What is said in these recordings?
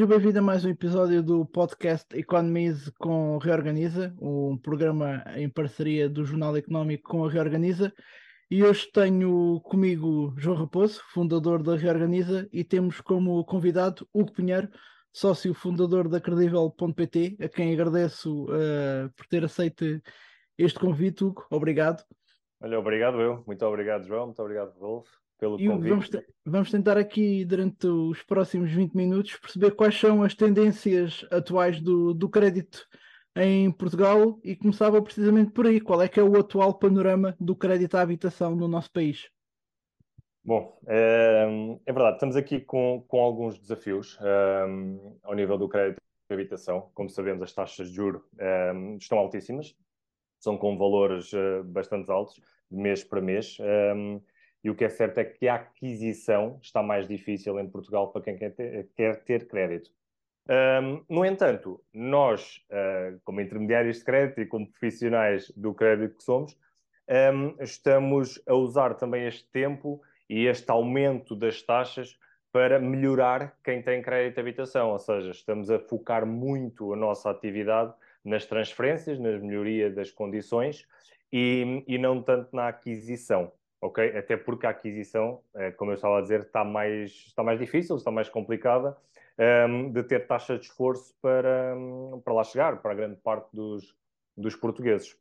seja bem-vindo a mais um episódio do podcast Economize com Reorganiza, um programa em parceria do Jornal Económico com a Reorganiza. E hoje tenho comigo João Raposo, fundador da Reorganiza, e temos como convidado Hugo Pinheiro, sócio fundador da Credível.pt, a quem agradeço por ter aceito este convite, Hugo. Obrigado. Olha, obrigado eu. Muito obrigado, João. Muito obrigado, Rolf, pelo E Hugo, convite. vamos tentar aqui, durante os próximos 20 minutos, perceber quais são as tendências atuais do crédito em Portugal e começava precisamente por aí. Qual é que é o atual panorama do crédito à habitação no nosso país? Bom, é verdade, estamos aqui com alguns desafios ao nível do crédito de habitação. Como sabemos, as taxas de juros estão altíssimas, são com valores bastante altos, de mês para mês. E o que é certo é que a aquisição está mais difícil em Portugal para quem quer ter crédito. No entanto, nós, como intermediários de crédito e como profissionais do crédito que somos, estamos a usar também este tempo e este aumento das taxas para melhorar quem tem crédito de habitação. Ou seja, estamos a focar muito a nossa atividade nas transferências, na melhoria das condições e não tanto na aquisição. Okay? Até porque a aquisição, como eu estava a dizer, está mais difícil, está mais complicada, de ter taxa de esforço para lá chegar, para a grande parte dos portugueses.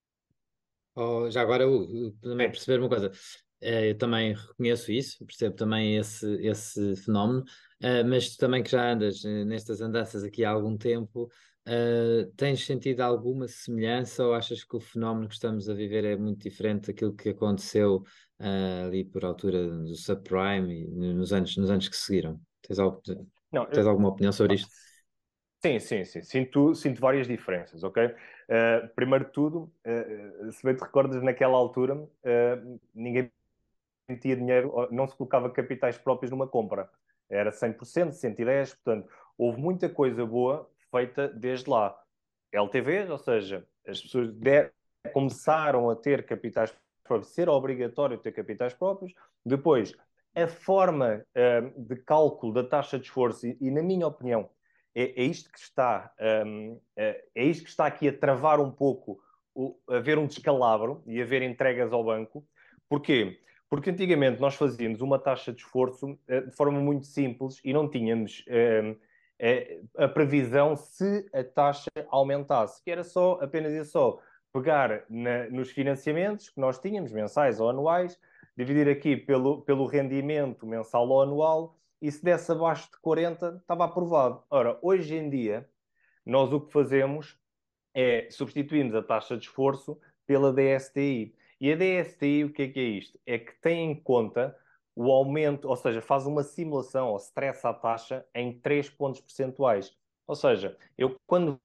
Já agora, também Sim. perceber uma coisa, eu também reconheço isso, percebo também esse fenómeno, mas tu também que já andas nestas andanças aqui há algum tempo, tens sentido alguma semelhança ou achas que o fenómeno que estamos a viver é muito diferente daquilo que aconteceu ali por altura do subprime e nos anos que seguiram? Não, Tens alguma opinião sobre isto? Sim. Sinto várias diferenças, ok? Primeiro de tudo, se bem te recordas, naquela altura, ninguém metia dinheiro, não se colocava capitais próprios numa compra. Era 100%, 110%, portanto, houve muita coisa boa feita desde lá. LTVs, ou seja, as pessoas começaram a ter capitais próprios, ser obrigatório ter capitais próprios. Depois, a forma de cálculo da taxa de esforço, e na minha opinião, é isto que está, é isto que está aqui a travar um pouco, haver um descalabro e haver entregas ao banco. Porquê? Porque antigamente nós fazíamos uma taxa de esforço de forma muito simples e não tínhamos a previsão se a taxa aumentasse, que era só, apenas e só pegar nos financiamentos que nós tínhamos, mensais ou anuais, dividir aqui pelo rendimento mensal ou anual, e se desse abaixo de 40, estava aprovado. Ora, hoje em dia, nós o que fazemos é substituirmos a taxa de esforço pela DSTI. E a DSTI, o que é isto? É que tem em conta o aumento, ou seja, faz uma simulação ou stressa a taxa em 3 pontos percentuais. Ou seja, eu quando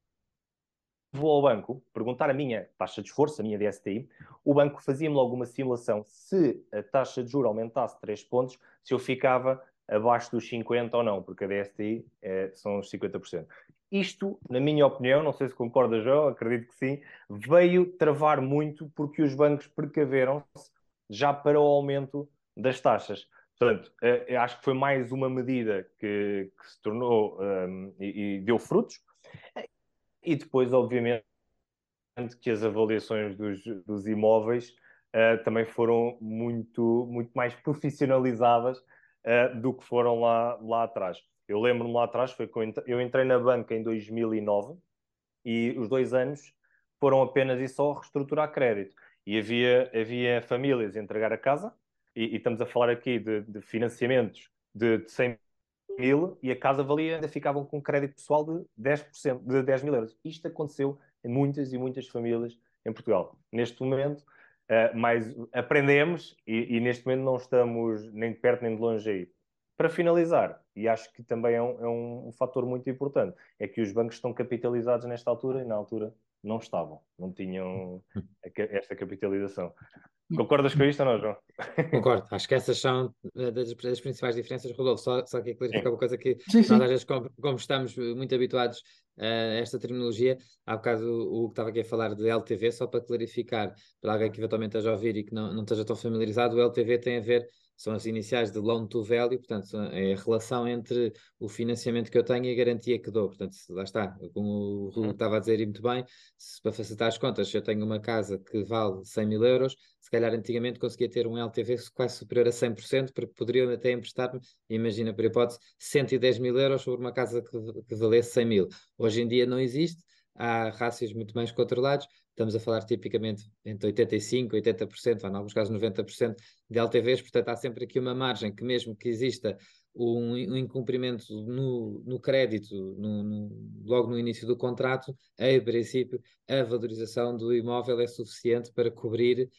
vou ao banco perguntar a minha taxa de esforço, a minha DSTI, o banco fazia-me logo uma simulação se a taxa de juros aumentasse 3 pontos, se eu ficava abaixo dos 50 ou não, porque a DSTI são os 50%. Isto, na minha opinião, não sei se concorda, João, acredito que sim, veio travar muito porque os bancos precaveram-se já para o aumento das taxas. Portanto, eu acho que foi mais uma medida que se tornou e deu frutos. E depois, obviamente, que as avaliações dos imóveis também foram muito mais profissionalizadas do que foram lá atrás. Eu lembro-me lá atrás, foi quando eu entrei na banca em 2009 e os 2 anos foram apenas e só reestruturar crédito. E havia famílias a entregar a casa, e estamos a falar aqui de financiamentos de 100 mil, e a casa valia, ainda ficavam com crédito pessoal de 10%, de 10 mil euros. Isto aconteceu em muitas e muitas famílias em Portugal. Neste momento, mais aprendemos e neste momento não estamos nem de perto nem de longe aí. Para finalizar, e acho que também é um fator muito importante, é que os bancos estão capitalizados nesta altura e na altura não estavam, não tinham esta capitalização. Concordas com isto ou não, João? Concordo, acho que essas são das principais diferenças, Rodolfo. Só que clarificar Sim. uma coisa que Sim, nós sim. às vezes, como estamos muito habituados a esta terminologia, há bocado o que estava aqui a falar de LTV, só para clarificar, para alguém que eventualmente esteja a ouvir e que não esteja tão familiarizado, o LTV tem a ver são as iniciais de loan to value, portanto, é a relação entre o financiamento que eu tenho e a garantia que dou. Portanto, lá está, como o Rui estava a dizer e muito bem, para facilitar as contas, se eu tenho uma casa que vale 100 mil euros, se calhar antigamente conseguia ter um LTV quase superior a 100%, porque poderiam até emprestar-me, imagina por hipótese, 110 mil euros sobre uma casa que valesse 100 mil. Hoje em dia não existe, há rácios muito mais controlados, estamos a falar tipicamente entre 85% e 80%, ou em alguns casos 90% de LTVs, portanto há sempre aqui uma margem que mesmo que exista um incumprimento no crédito, logo no início do contrato, em princípio a valorização do imóvel é suficiente para cobrir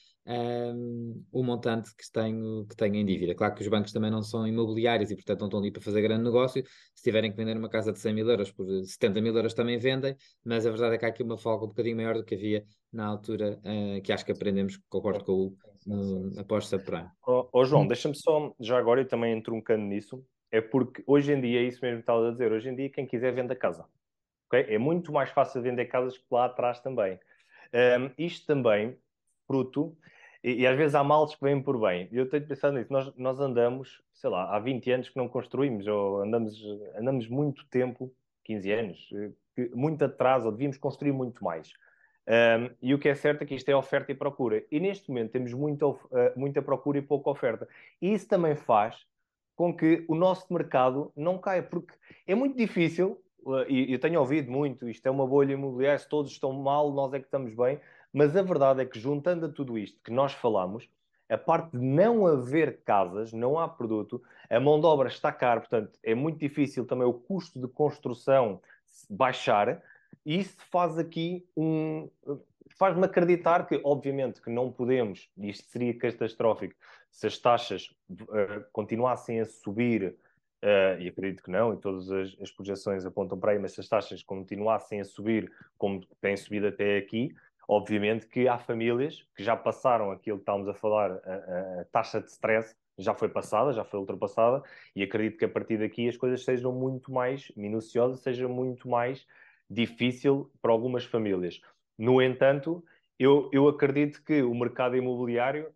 o montante que tenho em dívida. Claro que os bancos também não são imobiliários e, portanto, não estão ali para fazer grande negócio. Se tiverem que vender uma casa de 100 mil euros por 70 mil euros também vendem, mas a verdade é que há aqui uma folga um bocadinho maior do que havia na altura, que acho que aprendemos, concordo com o após subprime. João, deixa-me só, já agora, e também entruncando nisso, é porque hoje em dia, é isso mesmo que estavas a dizer, hoje em dia quem quiser vende a casa. Okay? É muito mais fácil vender casas que lá atrás também. Isto também, fruto, e às vezes há males que vêm por bem. Eu tenho pensado nisso. Nós andamos, sei lá, há 20 anos que não construímos, ou andamos muito tempo, 15 anos, muito atrás, ou devíamos construir muito mais. E o que é certo é que isto é oferta e procura. E neste momento temos muita procura e pouca oferta. E isso também faz com que o nosso mercado não caia, porque é muito difícil, e eu tenho ouvido muito, isto é uma bolha imobiliária, se todos estão mal, nós é que estamos bem, mas a verdade é que juntando a tudo isto que nós falamos, a parte de não haver casas, não há produto, a mão de obra está cara, portanto é muito difícil também o custo de construção baixar, e isso faz aqui faz-me acreditar que, obviamente, que não podemos, e isto seria catastrófico, se as taxas continuassem a subir, e acredito que não, e todas as projeções apontam para aí, mas se as taxas continuassem a subir como têm subido até aqui, obviamente que há famílias que já passaram aquilo que estávamos a falar, a taxa de stress já foi passada, já foi ultrapassada, e acredito que a partir daqui as coisas sejam muito mais minuciosas, seja muito mais difícil para algumas famílias. No entanto, eu acredito que o mercado imobiliário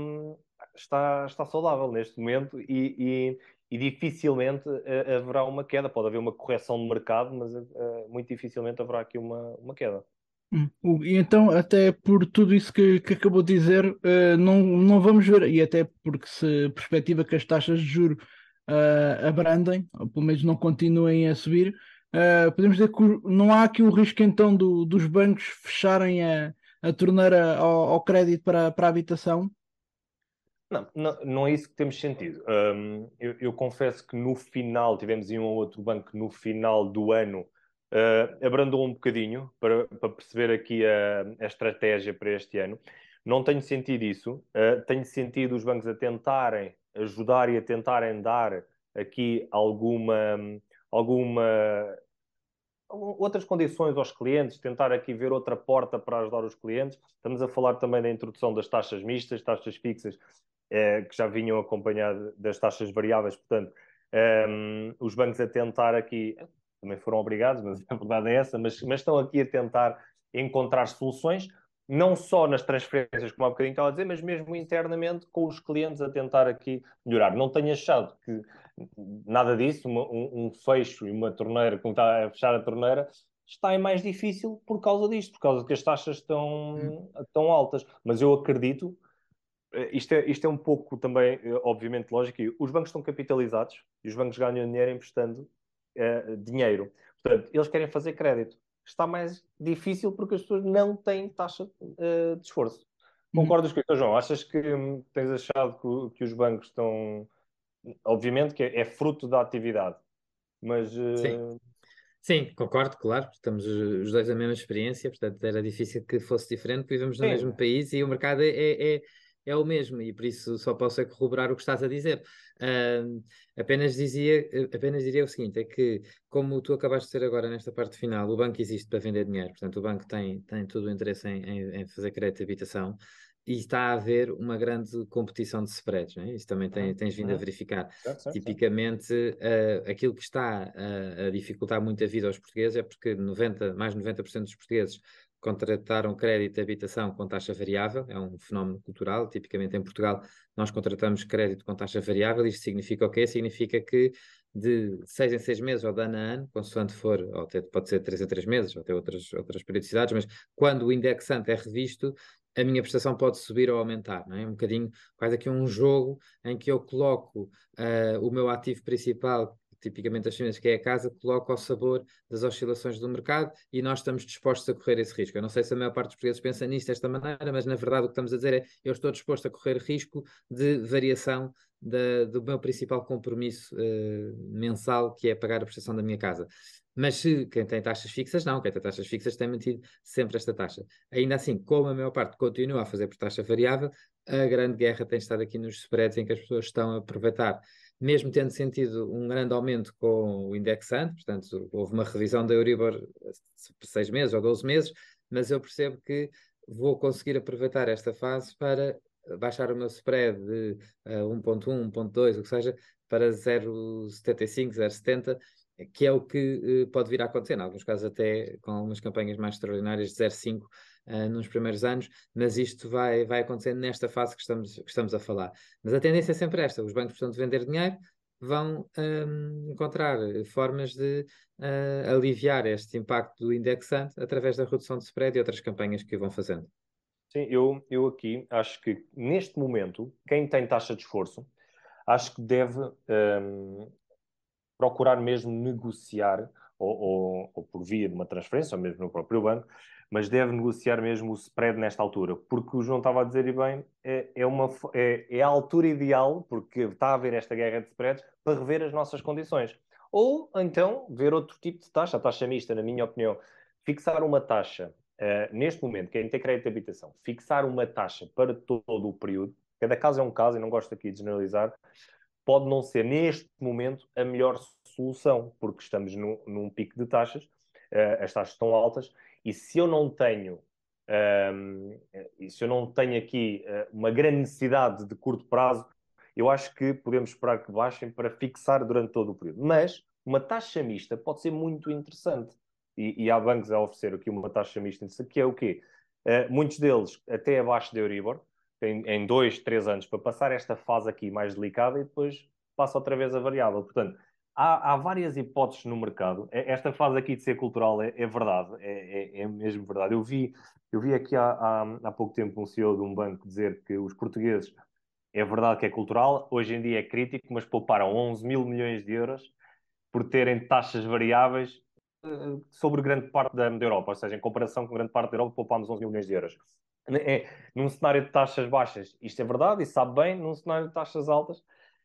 está saudável neste momento e dificilmente haverá uma queda. Pode haver uma correção de mercado, mas muito dificilmente haverá aqui uma queda. E então, até por tudo isso que acabou de dizer, não vamos ver, e até porque se perspectiva que as taxas de juros abrandem, ou pelo menos não continuem a subir, podemos dizer que não há aqui o risco então dos bancos fecharem a torneira ao crédito para a habitação. Não é isso que temos sentido. Eu confesso que no final, tivemos um ou outro banco que no final do ano abrandou um bocadinho para perceber aqui a estratégia para este ano. Não tenho sentido isso. Tenho sentido os bancos a tentarem ajudar e a tentarem dar aqui alguma outras condições aos clientes, tentar aqui ver outra porta para ajudar os clientes. Estamos a falar também da introdução das taxas mistas, taxas fixas, que já vinham acompanhadas das taxas variáveis, portanto, os bancos a tentar aqui, também foram obrigados, mas a verdade é essa, mas estão aqui a tentar encontrar soluções, não só nas transferências, como há bocadinho estava a dizer, mas mesmo internamente com os clientes a tentar aqui melhorar. Não tenho achado que nada disso, um fecho e uma torneira, como está a fechar a torneira, está mais difícil por causa disto, por causa que as taxas estão altas. Mas eu acredito, isto é um pouco também, obviamente, lógico, que os bancos estão capitalizados e os bancos ganham dinheiro emprestando dinheiro. Portanto, eles querem fazer crédito. Está mais difícil porque as pessoas não têm taxa de esforço. Concordas com isso, João? Achas que tens achado que os bancos estão... Obviamente que é fruto da atividade, mas... Sim. Sim, concordo, claro, estamos os dois na mesma experiência, portanto era difícil que fosse diferente, porque vivemos no Sim. mesmo país e o mercado é o mesmo, e por isso só posso é corroborar o que estás a dizer. Apenas diria o seguinte, é que, como tu acabaste de dizer agora nesta parte final, o banco existe para vender dinheiro, portanto o banco tem todo o interesse em fazer crédito de habitação, e está a haver uma grande competição de spreads, não é? Isso também tens vindo a verificar. Certo. Tipicamente, aquilo que está a dificultar muito a vida aos portugueses é porque mais de 90% dos portugueses contratar um crédito de habitação com taxa variável, é um fenómeno cultural, tipicamente em Portugal nós contratamos crédito com taxa variável. Isto significa o quê? Significa que de 6 em 6 meses ou de ano a ano, consoante for, ou até pode ser de 3 em 3 meses, ou até outras periodicidades, mas quando o indexante é revisto, a minha prestação pode subir ou aumentar, não é? Um bocadinho, quase aqui um jogo em que eu coloco o meu ativo principal, tipicamente as famílias, que é a casa, coloco ao sabor das oscilações do mercado e nós estamos dispostos a correr esse risco. Eu não sei se a maior parte dos portugueses pensa nisto desta maneira, mas na verdade o que estamos a dizer é eu estou disposto a correr risco de variação do meu principal compromisso mensal, que é pagar a prestação da minha casa. Mas se quem tem taxas fixas, não, quem tem taxas fixas tem mantido sempre esta taxa. Ainda assim, como a maior parte continua a fazer por taxa variável, a grande guerra tem estado aqui nos spreads em que as pessoas estão a aproveitar, mesmo tendo sentido um grande aumento com o indexante, portanto, houve uma revisão da Euribor por 6 meses ou 12 meses, mas eu percebo que vou conseguir aproveitar esta fase para baixar o meu spread de 1.1, 1.2, o que seja, para 0.75, 0.70, que é o que pode vir a acontecer, em alguns casos até com algumas campanhas mais extraordinárias de 0.5 nos primeiros anos, mas isto vai acontecer nesta fase que estamos a falar. Mas a tendência é sempre esta: os bancos precisam de vender dinheiro, vão encontrar formas de aliviar este impacto do indexante através da redução de spread e outras campanhas que vão fazendo. Sim, eu aqui acho que neste momento, quem tem taxa de esforço, acho que deve procurar mesmo negociar, ou por via de uma transferência, ou mesmo no próprio banco, mas deve negociar mesmo o spread nesta altura, porque o João estava a dizer, e bem, é a altura ideal, porque está a haver esta guerra de spreads, para rever as nossas condições. Ou então ver outro tipo de taxa, a taxa mista, na minha opinião. Fixar uma taxa, neste momento, quem tem crédito de habitação, fixar uma taxa para todo o período, cada caso é um caso, e não gosto aqui de generalizar, pode não ser, neste momento, a melhor solução, porque estamos num pico de taxas, as taxas estão altas, e se eu não tenho, aqui uma grande necessidade de curto prazo, eu acho que podemos esperar que baixem para fixar durante todo o período. Mas uma taxa mista pode ser muito interessante. E há bancos a oferecer aqui uma taxa mista, que é o quê? Muitos deles até abaixo da Euribor, em 2, 3 anos, para passar esta fase aqui mais delicada e depois passa outra vez a variável. Portanto, há várias hipóteses no mercado. Esta fase aqui de ser cultural é verdade, é mesmo verdade. Eu vi aqui há pouco tempo um CEO de um banco dizer que os portugueses, é verdade que é cultural, hoje em dia é crítico, mas pouparam 11 mil milhões de euros por terem taxas variáveis sobre grande parte da Europa, ou seja, em comparação com grande parte da Europa, poupámos 11 mil milhões de euros. Num cenário de taxas baixas, isto é verdade e sabe bem. Num cenário de taxas altas,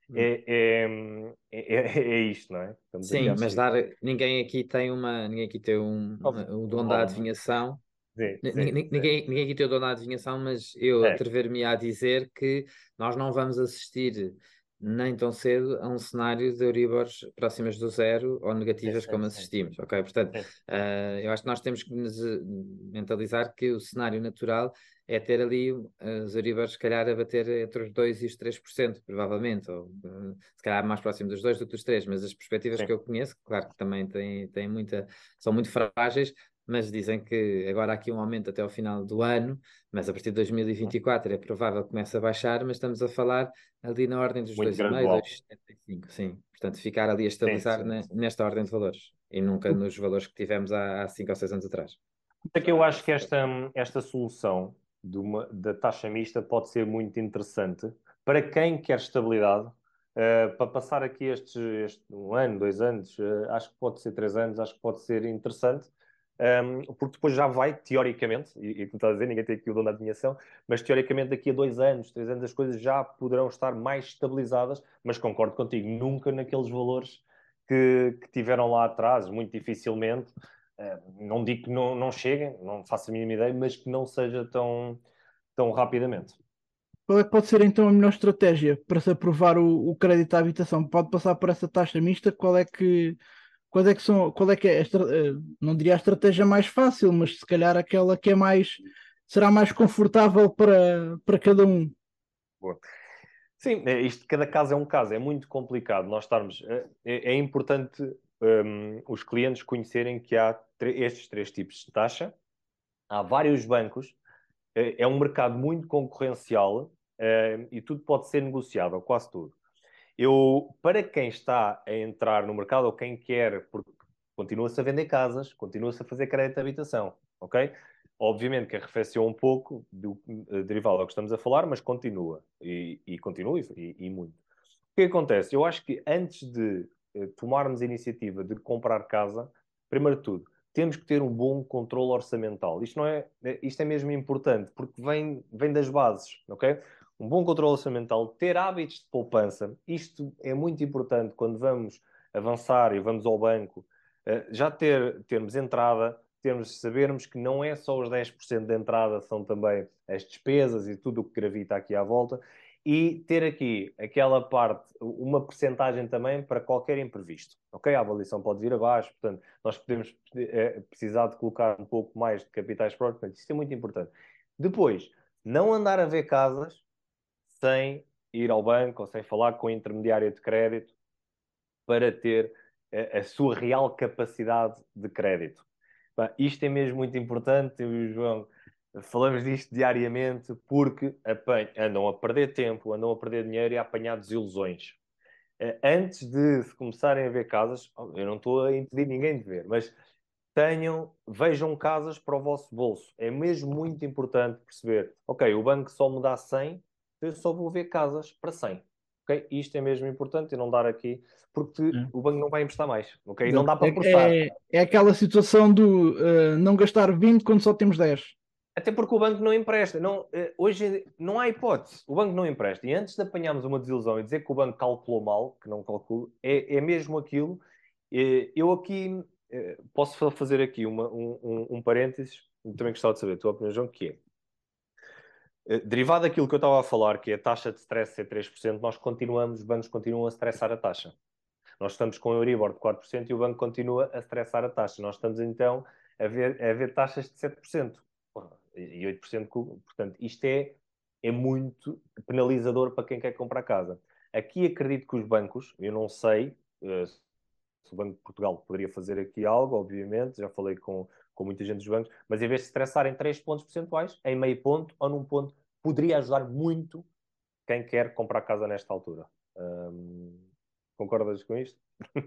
é isto, não é? Estamos aqui a Sim, mas assistir. ninguém aqui tem o dom da adivinhação. Sim, sim, sim. Ninguém aqui tem o dom da adivinhação, mas eu É, atrever-me a dizer que nós não vamos assistir nem tão cedo a um cenário de Euribors próximas do zero ou sim, negativas sim, como sim, assistimos, ok? Portanto, sim, eu acho que nós temos que nos mentalizar que o cenário natural é ter ali os Euribors, se calhar, a bater entre os 2% e os 3%, provavelmente, ou se calhar mais próximo dos 2 do que dos 3%, mas as perspectivas sim. que eu conheço, claro que também são muito frágeis, mas dizem que agora há aqui um aumento até ao final do ano, mas a partir de 2024 é provável que comece a baixar, mas estamos a falar ali na ordem dos Muito 2,5, gradual. 2,75, sim. Portanto, ficar ali a Sim, estabilizar sim. nesta ordem de valores e nunca nos valores que tivemos há 5 ou 6 anos atrás. É que eu acho que esta solução da taxa mista pode ser muito interessante para quem quer estabilidade, para passar aqui este 1 ano, 2 anos, acho que pode ser 3 anos, acho que pode ser interessante, porque depois já vai, teoricamente, e como estás a dizer, ninguém tem aqui o dom da adivinhação, mas teoricamente daqui a 2 anos, 3 anos, as coisas já poderão estar mais estabilizadas, mas concordo contigo, nunca naqueles valores que tiveram lá atrás, muito dificilmente. Não digo que não cheguem, não faço a mínima ideia, mas que não seja tão rapidamente. Qual é que pode ser então a melhor estratégia para se aprovar o crédito à habitação? Pode passar por essa taxa mista? Qual é que é não diria a estratégia mais fácil, mas se calhar aquela que será mais confortável para cada um. Boa. Sim, isto, cada caso é um caso, é muito complicado nós estarmos. É importante os clientes conhecerem que há estes 3 tipos de taxa há vários bancos, é um mercado muito concorrencial e tudo pode ser negociável, quase tudo. Para quem está a entrar no mercado ou quem quer, porque continua-se a vender casas, continua-se a fazer crédito de habitação, ok? Obviamente que arrefeceu um pouco derivado ao que estamos a falar, mas continua. E continua e muito. O que acontece? Eu acho que antes de tomarmos a iniciativa de comprar casa, primeiro de tudo, temos que ter um bom controle orçamental. Isto é mesmo importante, porque vem das bases, ok? Um bom controle orçamental, ter hábitos de poupança, isto é muito importante quando vamos avançar e vamos ao banco, já termos entrada, sabermos que não é só os 10% de entrada, são também as despesas e tudo o que gravita aqui à volta, e ter aqui aquela parte, uma percentagem também para qualquer imprevisto. Ok? A avaliação pode vir abaixo, portanto, nós podemos precisar de colocar um pouco mais de capitais próprios, portanto, isto é muito importante. Depois, não andar a ver casas sem ir ao banco ou sem falar com o intermediário de crédito para ter a sua real capacidade de crédito. Isto é mesmo muito importante, eu e o João falamos disto diariamente porque andam a perder tempo, andam a perder dinheiro e a apanhar desilusões. Antes de se começarem a ver casas, eu não estou a impedir ninguém de ver, mas vejam casas para o vosso bolso. É mesmo muito importante perceber, ok, o banco só me dá 100, eu só vou ver casas para 100. Okay? Isto é mesmo importante e não dar aqui, porque o banco não vai emprestar mais. Okay? Não Exato. dá para forçar. É aquela situação do não gastar 20 quando só temos 10. Até porque o banco não empresta. Hoje não há hipótese. O banco não empresta. E antes de apanharmos uma desilusão e dizer que o banco calculou mal, que não calcula, é mesmo aquilo. Eu aqui posso fazer aqui um parênteses. Também gostava de saber a tua opinião, João, que é derivado daquilo que eu estava a falar, que é a taxa de stress ser 3%, os bancos continuam a stressar a taxa. Nós estamos com o Euribor de 4% e o banco continua a stressar a taxa. Nós estamos então a ver taxas de 7% e 8%. Portanto, isto é muito penalizador para quem quer comprar casa. Aqui acredito que os bancos, eu não sei se o Banco de Portugal poderia fazer aqui algo, obviamente, já falei com muita gente dos bancos, mas em vez de estressarem 3 pontos percentuais, em meio ponto ou num ponto, poderia ajudar muito quem quer comprar casa nesta altura. Concordas com isto?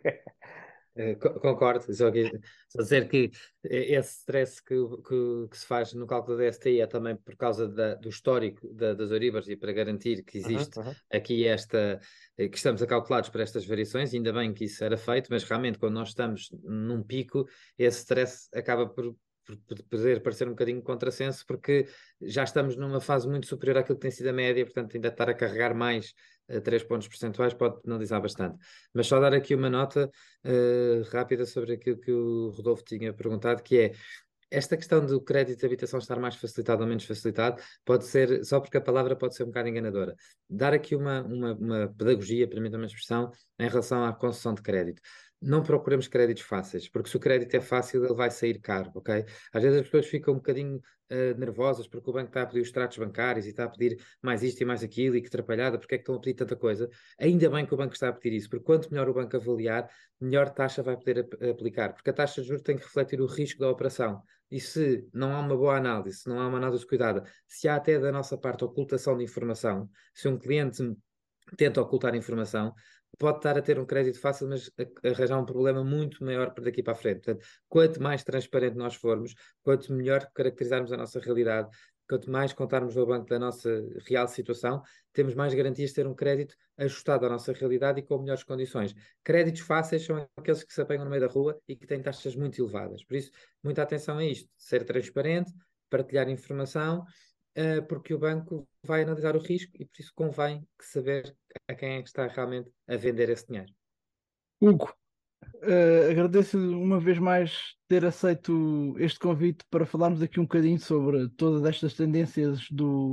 Concordo, só dizer que esse stress que se faz no cálculo da STI é também por causa do histórico das Euribors e para garantir que existe aqui que estamos acalculados para estas variações, ainda bem que isso era feito, mas realmente quando nós estamos num pico, esse stress acaba por poder parecer um bocadinho contrassenso, porque já estamos numa fase muito superior àquilo que tem sido a média, portanto ainda estar a carregar mais 3 pontos percentuais pode penalizar bastante. Mas só dar aqui uma nota rápida sobre aquilo que o Rodolfo tinha perguntado, que é esta questão do crédito de habitação estar mais facilitado ou menos facilitado pode ser, só porque a palavra pode ser um bocado enganadora. Dar aqui uma pedagogia, permita-me a expressão, em relação à concessão de crédito. Não procuremos créditos fáceis, porque se o crédito é fácil, ele vai sair caro, ok? Às vezes as pessoas ficam um bocadinho nervosas porque o banco está a pedir os extratos bancários e está a pedir mais isto e mais aquilo e que atrapalhada, porque é que estão a pedir tanta coisa? Ainda bem que o banco está a pedir isso, porque quanto melhor o banco avaliar, melhor taxa vai poder aplicar, porque a taxa de juros tem que refletir o risco da operação. E se não há uma boa análise, se não há uma análise cuidada, se há até da nossa parte ocultação de informação, se um cliente tenta ocultar informação, pode estar a ter um crédito fácil, mas arranjar um problema muito maior para daqui para a frente. Portanto, quanto mais transparente nós formos, quanto melhor caracterizarmos a nossa realidade, quanto mais contarmos ao banco da nossa real situação, temos mais garantias de ter um crédito ajustado à nossa realidade e com melhores condições. Créditos fáceis são aqueles que se apanham no meio da rua e que têm taxas muito elevadas. Por isso, muita atenção a isto. Ser transparente, partilhar informação, porque o banco vai analisar o risco e por isso convém saber a quem é que está realmente a vender esse dinheiro. Hugo, agradeço uma vez mais ter aceito este convite para falarmos aqui um bocadinho sobre todas estas tendências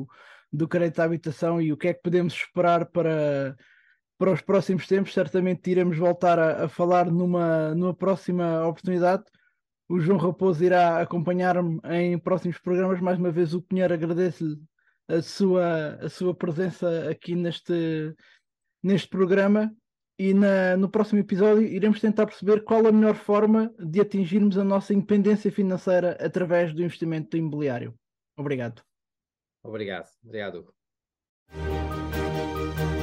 do crédito à habitação e o que é que podemos esperar para os próximos tempos. Certamente iremos voltar a falar numa próxima oportunidade. O João Raposo irá acompanhar-me em próximos programas. Mais uma vez, o Pinheiro agradece-lhe a sua presença aqui neste programa e no próximo episódio iremos tentar perceber qual a melhor forma de atingirmos a nossa independência financeira através do investimento imobiliário. Obrigado. Obrigado, Hugo.